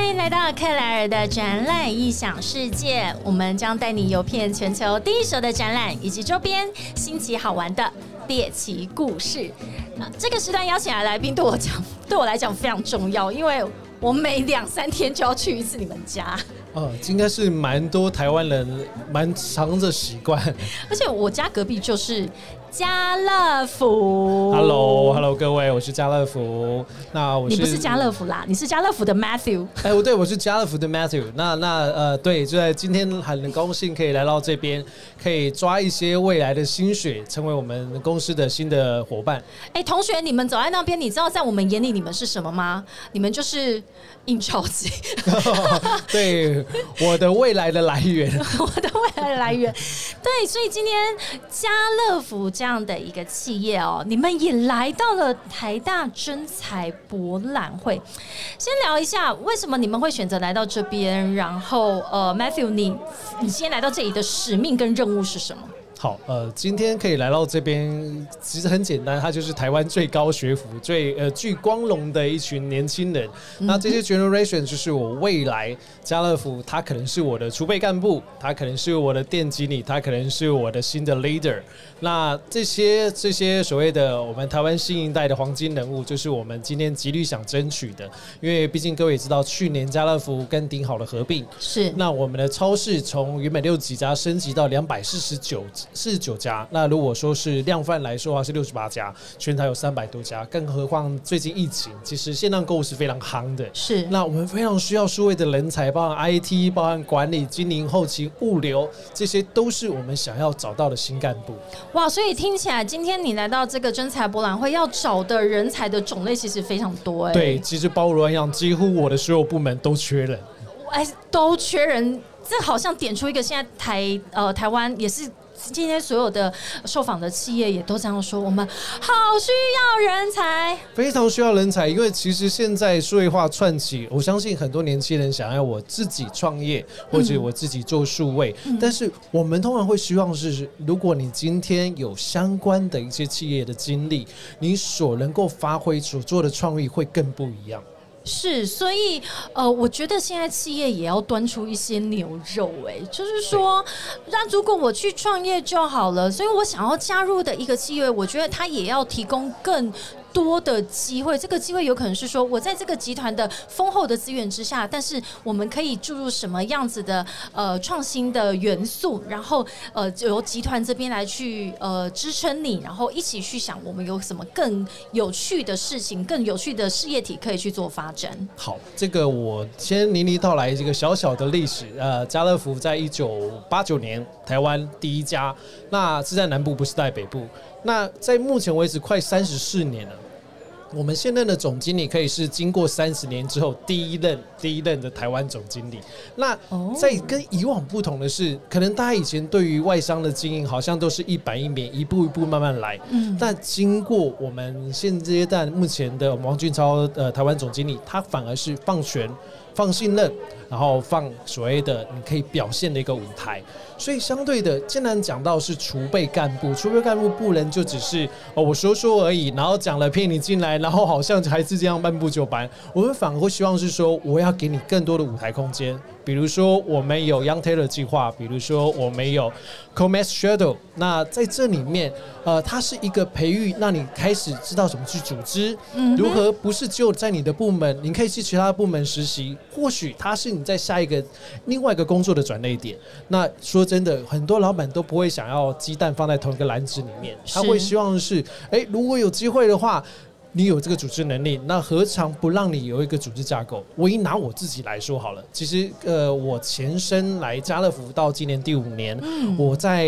迎来到克莱尔的展览异想世界，我们将带你游遍全球第一手的展览以及周边新奇好玩的猎奇故事。这个时段邀请来的来宾对我来讲非常重要，因为我每2-3天就要去一次你们家。 应该是蛮多台湾人蛮常的习惯。 而且我家隔壁就是家乐福。 Hello， 各位，我是家乐福。 你不是家乐福啦，你是家乐福的 Matthew。 对，我是家乐福的 Matthew。对，就在今天很高兴可以来到这边，可以抓一些未来的心血，成为我们公司的新的伙伴。 同学，你们走在那边，你知道在我们眼里你们是什么吗？你们就是印钞机。 对，我的未来的来源。 我的未来的来源。对，所以今天家乐福这样的一个企业你们也来到了台大真才博览会。先聊一下为什么你们会选择来到这边，然后Matthew， 你今天来到这里的使命跟任务是什么？ 好，今天可以来到这边，其实很简单，它就是台湾最高学府、最具光荣的一群年轻人。那这些 generation 就是我未来家乐福，他可能是我的储备干部，他可能是我的店经理，他可能是我的新的 leader。那这些所谓的我们台湾新一代的黄金人物，就是我们今天极力想争取的。因为毕竟各位也知道，去年家乐福跟顶好的合并， 是那我们的超市从原本60几家升级到249家，那如果说是量贩来说的话是68家，全台有300多家，更何况最近疫情，其实线上购物是非常夯的。 是， 那我们非常需要数位的人才，包含 IT， 包含管理、经营、后勤、物流，这些都是我们想要找到的新干部。 哇，所以听起来今天你来到这个真才博览会，要找的人才的种类其实非常多。 对，其实包罗万象，几乎我的所有部门都缺人。 都缺人，这好像点出一个现在台湾也是。今天所有的受访的企业也都这样说，我们好需要人才， 非常需要人才。因为其实现在数位化串起，我相信很多年轻人想要我自己创业，或者我自己做数位，但是我们通常会希望是，如果你今天有相关的一些企业的经历，你所能够发挥所做的创意会更不一样。 是，所以我觉得现在企业也要端出一些牛肉，就是说，那如果我去创业就好了，所以我想要加入的一个企业，我觉得它也要提供更多的机会。这个机会有可能是说，我在这个集团的丰厚的资源之下，但是我们可以注入什么样子的创新的元素，然后由集团这边来去支撑你，然后一起去想我们有什么更有趣的事情、更有趣的事业体可以去做发展。 好，这个我先淋漓道来这个小小的历史。家乐福在1989年台湾第一家，那是在南部，不是在北部。那在目前为止快34年了。我们现任的总经理可以是经过30年之后第一任的台湾总经理。那在跟以往不同的是，可能大家以前对于外商的经营好像都是一板一眼，一步一步慢慢来。但经过我们现阶段目前的王俊超台湾总经理，他反而是放权、放信任，然后放所谓的你可以表现的一个舞台。所以相对的，既然讲到是储备干部，储备干部不能就只是我说而已，然后讲了骗你进来，然后好像还是这样按部就班。我们反而会希望是说，我要给你更多的舞台空间。比如说我们有 Young Taylor 计划，比如说我们有 Comex Shadow。那在这里面，它是一个培育，让你开始知道怎么去组织，如何不是只有在你的部门，你可以去其他部门实习，或许它是你在下一个另外一个工作的转捩点。那说真的，很多老板都不会想要鸡蛋放在同一个篮子里面，他会希望是，如果有机会的话，你有这个组织能力，那何尝不让你有一个组织架构？我拿我自己来说好了，其实我前身来家乐福到今年第5年，我在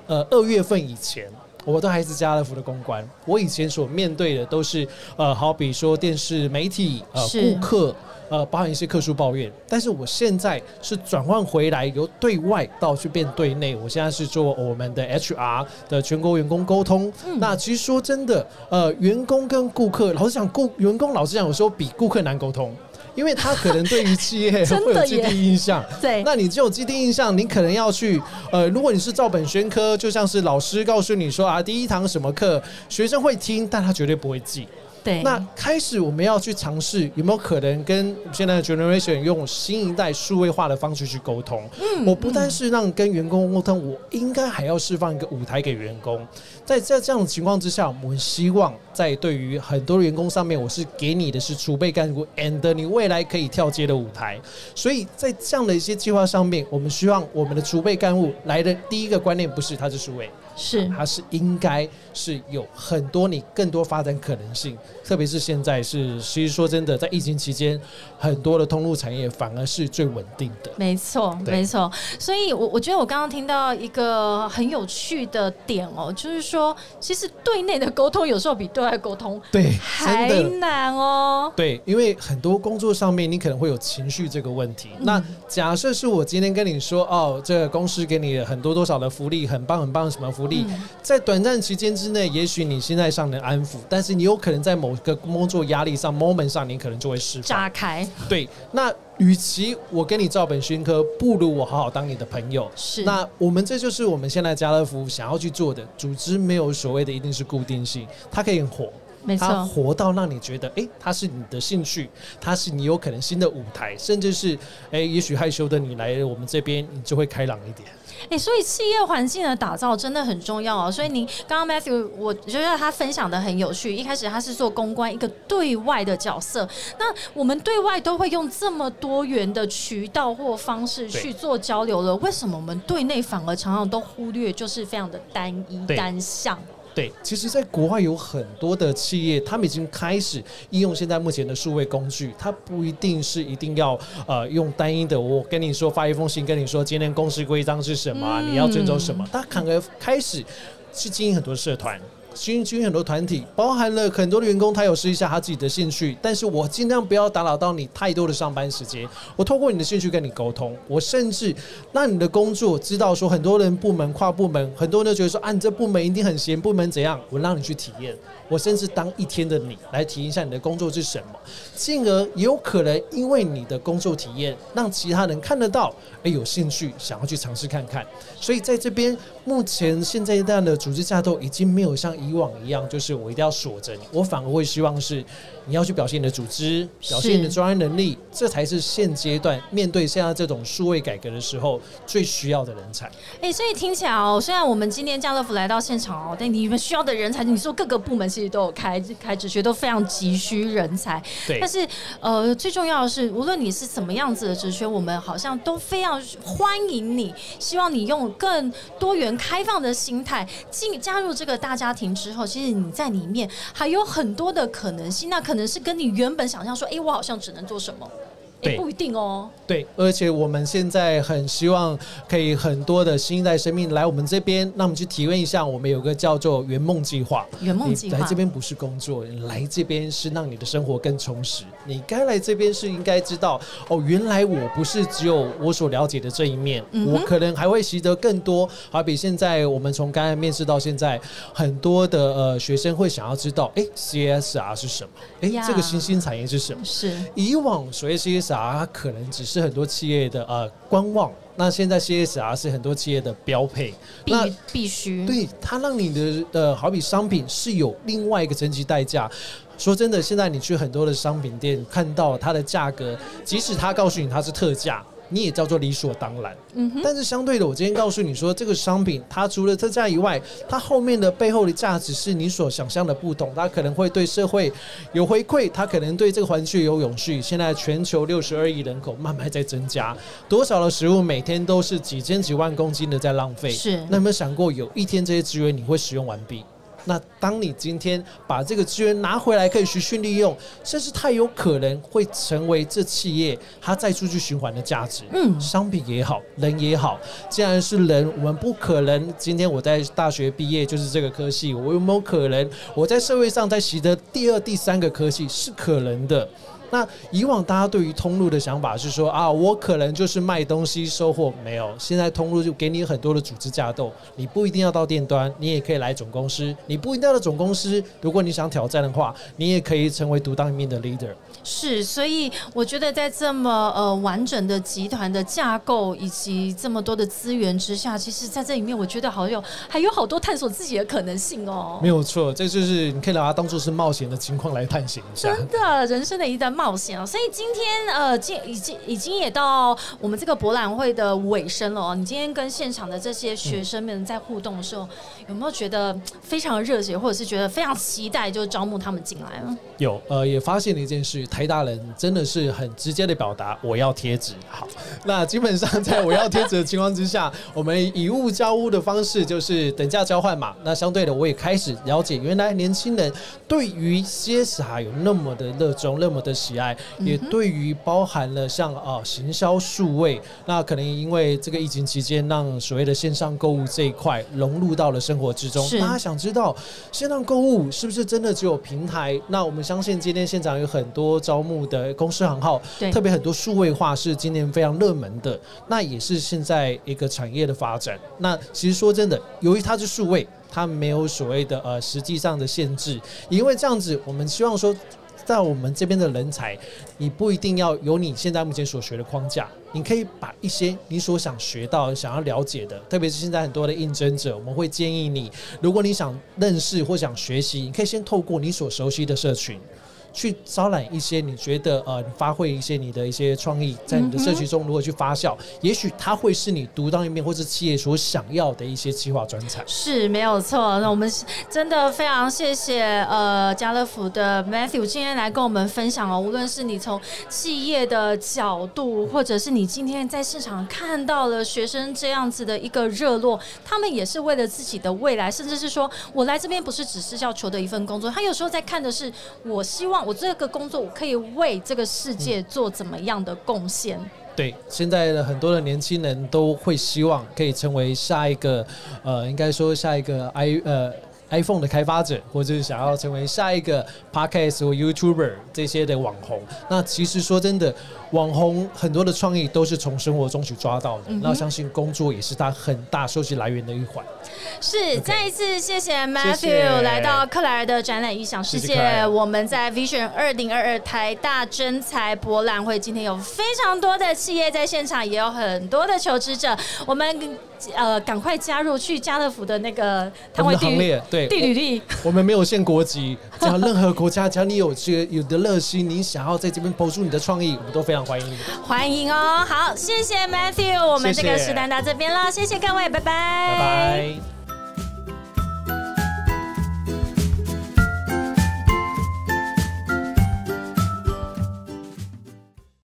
2月份以前，我都还是家乐福的公关。我以前所面对的都是好比说电视媒体顾客。包含一些客诉抱怨，但是我现在是转换回来，由对外到去变对内。我现在是做我们的 HR 的全国员工沟通。那其实说真的，员工跟顾客，老实讲，员工老实讲有时候比顾客难沟通。因为他可能对于企业会有既定印象， 对， 那你只有既定印象，你可能要去如果你是照本宣科，就像是老师告诉你说第一堂什么课，学生会听，但他绝对不会记。 对， 那开始我们要去尝试有没有可能跟现在的 generation 用新一代数位化的方式去沟通。我不但是让跟员工沟通，我应该还要释放一个舞台给员工。在这样的情况之下，我们希望在对于很多员工上面，我是给你的是储备干部 and 你未来可以跳接的舞台。所以在这样的一些计划上面，我们希望我们的储备干部来的第一个观念不是它是数位，它是应该是有很多你更多发展可能性，特别是现在是，其实说真的，在疫情期间，很多的通路产业反而是最稳定的。 没错，没错。所以我觉得我刚刚听到一个很有趣的点哦，就是说，其实对内的沟通有时候比对外沟通还难哦。 对，因为很多工作上面你可能会有情绪这个问题。那假设是我今天跟你说，哦，这个公司给你很多多少的福利，很棒很棒的什么福利，在短暂期间之内，也许你心态上能安抚，但是你有可能在某个工作压力上 moment 上，你可能就会释放炸开。 对，那与其我跟你照本宣科，不如我好好当你的朋友。 是， 那我们这就是我们现在家乐福想要去做的。组织没有所谓的一定是固定性，它可以活。 没错， 它活到让你觉得，它是你的兴趣，它是你有可能新的舞台，甚至是，也许害羞的你来我们这边，你就会开朗一点。 所以企业环境的打造真的很重要哦。所以您刚刚 Matthew 我觉得他分享的很有趣，一开始他是做公关一个对外的角色，那我们对外都会用这么多元的渠道或方式去做交流了，为什么我们对内反而常常都忽略，就是非常的单一单向？ 对，其实在国外有很多的企业，他们已经开始应用现在目前的数位工具，它不一定要用单一的，我跟你说发一封信跟你说今天公司规章是什么，你要遵守什么，它反而开始去经营很多社团，经营很多团体，包含了很多的员工，他有试一下他自己的兴趣，但是我尽量不要打扰到你太多的上班时间，我透过你的兴趣跟你沟通，我甚至让你的工作知道说，很多人部门跨部门，很多人觉得说，你这部门一定很闲，部门怎样，我让你去体验，我甚至当一天的你来体验一下你的工作是什么，进而也有可能因为你的工作体验，让其他人看得到，有兴趣想要去尝试看看。所以在这边，目前现在这样的组织架构已经没有像以往一样，就是我一定要锁着你，我反而会希望是你要去表现你的组织，表现你的专业能力，这才是现阶段面对现在这种数位改革的时候最需要的人才。 所以听起来虽然我们今天家乐福来到现场但你们需要的人才，你说各个部门其实都有开职缺，都非常急需人才。 对。 但是最重要的是，无论你是什么样子的职缺，我们好像都非常欢迎你，希望你用更多元开放的心态加入这个大家庭之后，其实你在里面还有很多的可能性，那可能是跟你原本想象说，我好像只能做什么。不一定哦。 对，而且我们现在很希望可以很多的新一代生命来我们这边，那我们去体验一下，我们有个叫做圆梦计划。 圆梦计划， 你来这边不是工作，你来这边是让你的生活更充实。你该来这边是应该知道，原来我不是只有我所了解的这一面，我可能还会习得更多。好比现在我们从刚才面试到现在，很多的学生会想要知道，CSR 是什么？这个新兴产业是什么？ 是以往所谓 CSR 它可能只是很多企业的观望，那现在 CSR 是很多企业的标配， 必须。 对，它让你的好比商品是有另外一个层级代价。说真的，现在你去很多的商品店看到它的价格，即使它告诉你它是特价，你也叫做理所当然。但是相对的，我今天告诉你说，这个商品它除了特价以外，它后面的背后的价值是你所想象的不同，它可能会对社会有回馈，它可能对这个环境有永续。现在全球62亿人口慢慢在增加，多少的食物每天都是几千几万公斤的在浪费。 是， 那有没有想过有一天这些资源你会使用完毕？那当你今天把这个资源拿回来可以循序利用，甚至它有可能会成为这企业它再出去循环的价值。商品也好，人也好，既然是人，我们不可能今天我在大学毕业就是这个科系，我有没有可能我在社会上再习得第二第三个科系？是可能的。 那以往大家对于通路的想法是说啊，我可能就是卖东西收货，没有，现在通路就给你很多的组织架构，你不一定要到店端，你也可以来总公司，你不一定要到总公司，如果你想挑战的话，你也可以成为独当一面的 leader。 是，所以我觉得在这么完整的集团的架构以及这么多的资源之下，其实在这里面我觉得还有好多探索自己的可能性哦。 没有错，这就是你可以把它当作是冒险的情况来探险一下。 真的，人生的一段冒险哦。所以今天已经也到我们这个博览会的尾声了哦。你今天跟现场的这些学生们在互动的时候，有没有觉得非常热血，或者是觉得非常期待，就招募他们进来呢？ 有，也发现了一件事，台大人真的是很直接的表达我要贴纸。好，那基本上在我要贴纸的情况之下，我们以物交物的方式就是等价交换嘛。那相对的，我也开始了解原来年轻人对于 CSR 有那么的热衷，那么的喜爱，也对于包含了像行销数位，那可能因为这个疫情期间，让所谓的线上购物这一块融入到了生活之中。大家想知道线上购物是不是真的只有平台？那我们相信今天现场有很多招募的公司行号，特别很多数位化是今年非常热门的，那也是现在一个产业的发展。那其实说真的，由于它是数位，它没有所谓的实际上的限制，因为这样子，我们希望说，在我们这边的人才，你不一定要有你现在目前所学的框架，你可以把一些你所想学到、想要了解的，特别是现在很多的应征者，我们会建议你，如果你想认识或想学习，你可以先透过你所熟悉的社群。去招揽一些你觉得发挥一些你的一些创意，在你的社区中如何去发酵，也许它会是你独当一面或是企业所想要的一些企划专才。 是没有错。那我们真的非常谢谢家乐福的 Matthew 今天来跟我们分享哦，无论是你从企业的角度，或者是你今天在市场看到了学生这样子的一个热络，他们也是为了自己的未来，甚至是说我来这边不是只是要求的一份工作，他有时候在看的是我希望我这个工作我可以为这个世界做怎么样的贡献。 对，现在的很多的年轻人都会希望可以成为下一个应该说下一个iPhone 的开发者，或者是想要成为下一个 Podcast 或 YouTuber 这些的网红。那其实说真的，网红很多的创意都是从生活中去抓到的。那相信工作也是他很大收集来源的一环。 是，再一次谢谢 Matthew 来到克莱尔的展览异想世界。我们在 Vision 2022台大征才博览会，今天有非常多的企业在现场，也有很多的求职者。我们赶快加入去家乐福的那个摊位行列，对， 递履历。 我们没有限国籍，只要任何国家，只要你有的热心，你想要在这边抛出你的创意，我们都非常欢迎你。 欢迎哦！好，谢谢 Matthew， 我们这个时段到这边了，谢谢各位，拜拜， 拜拜。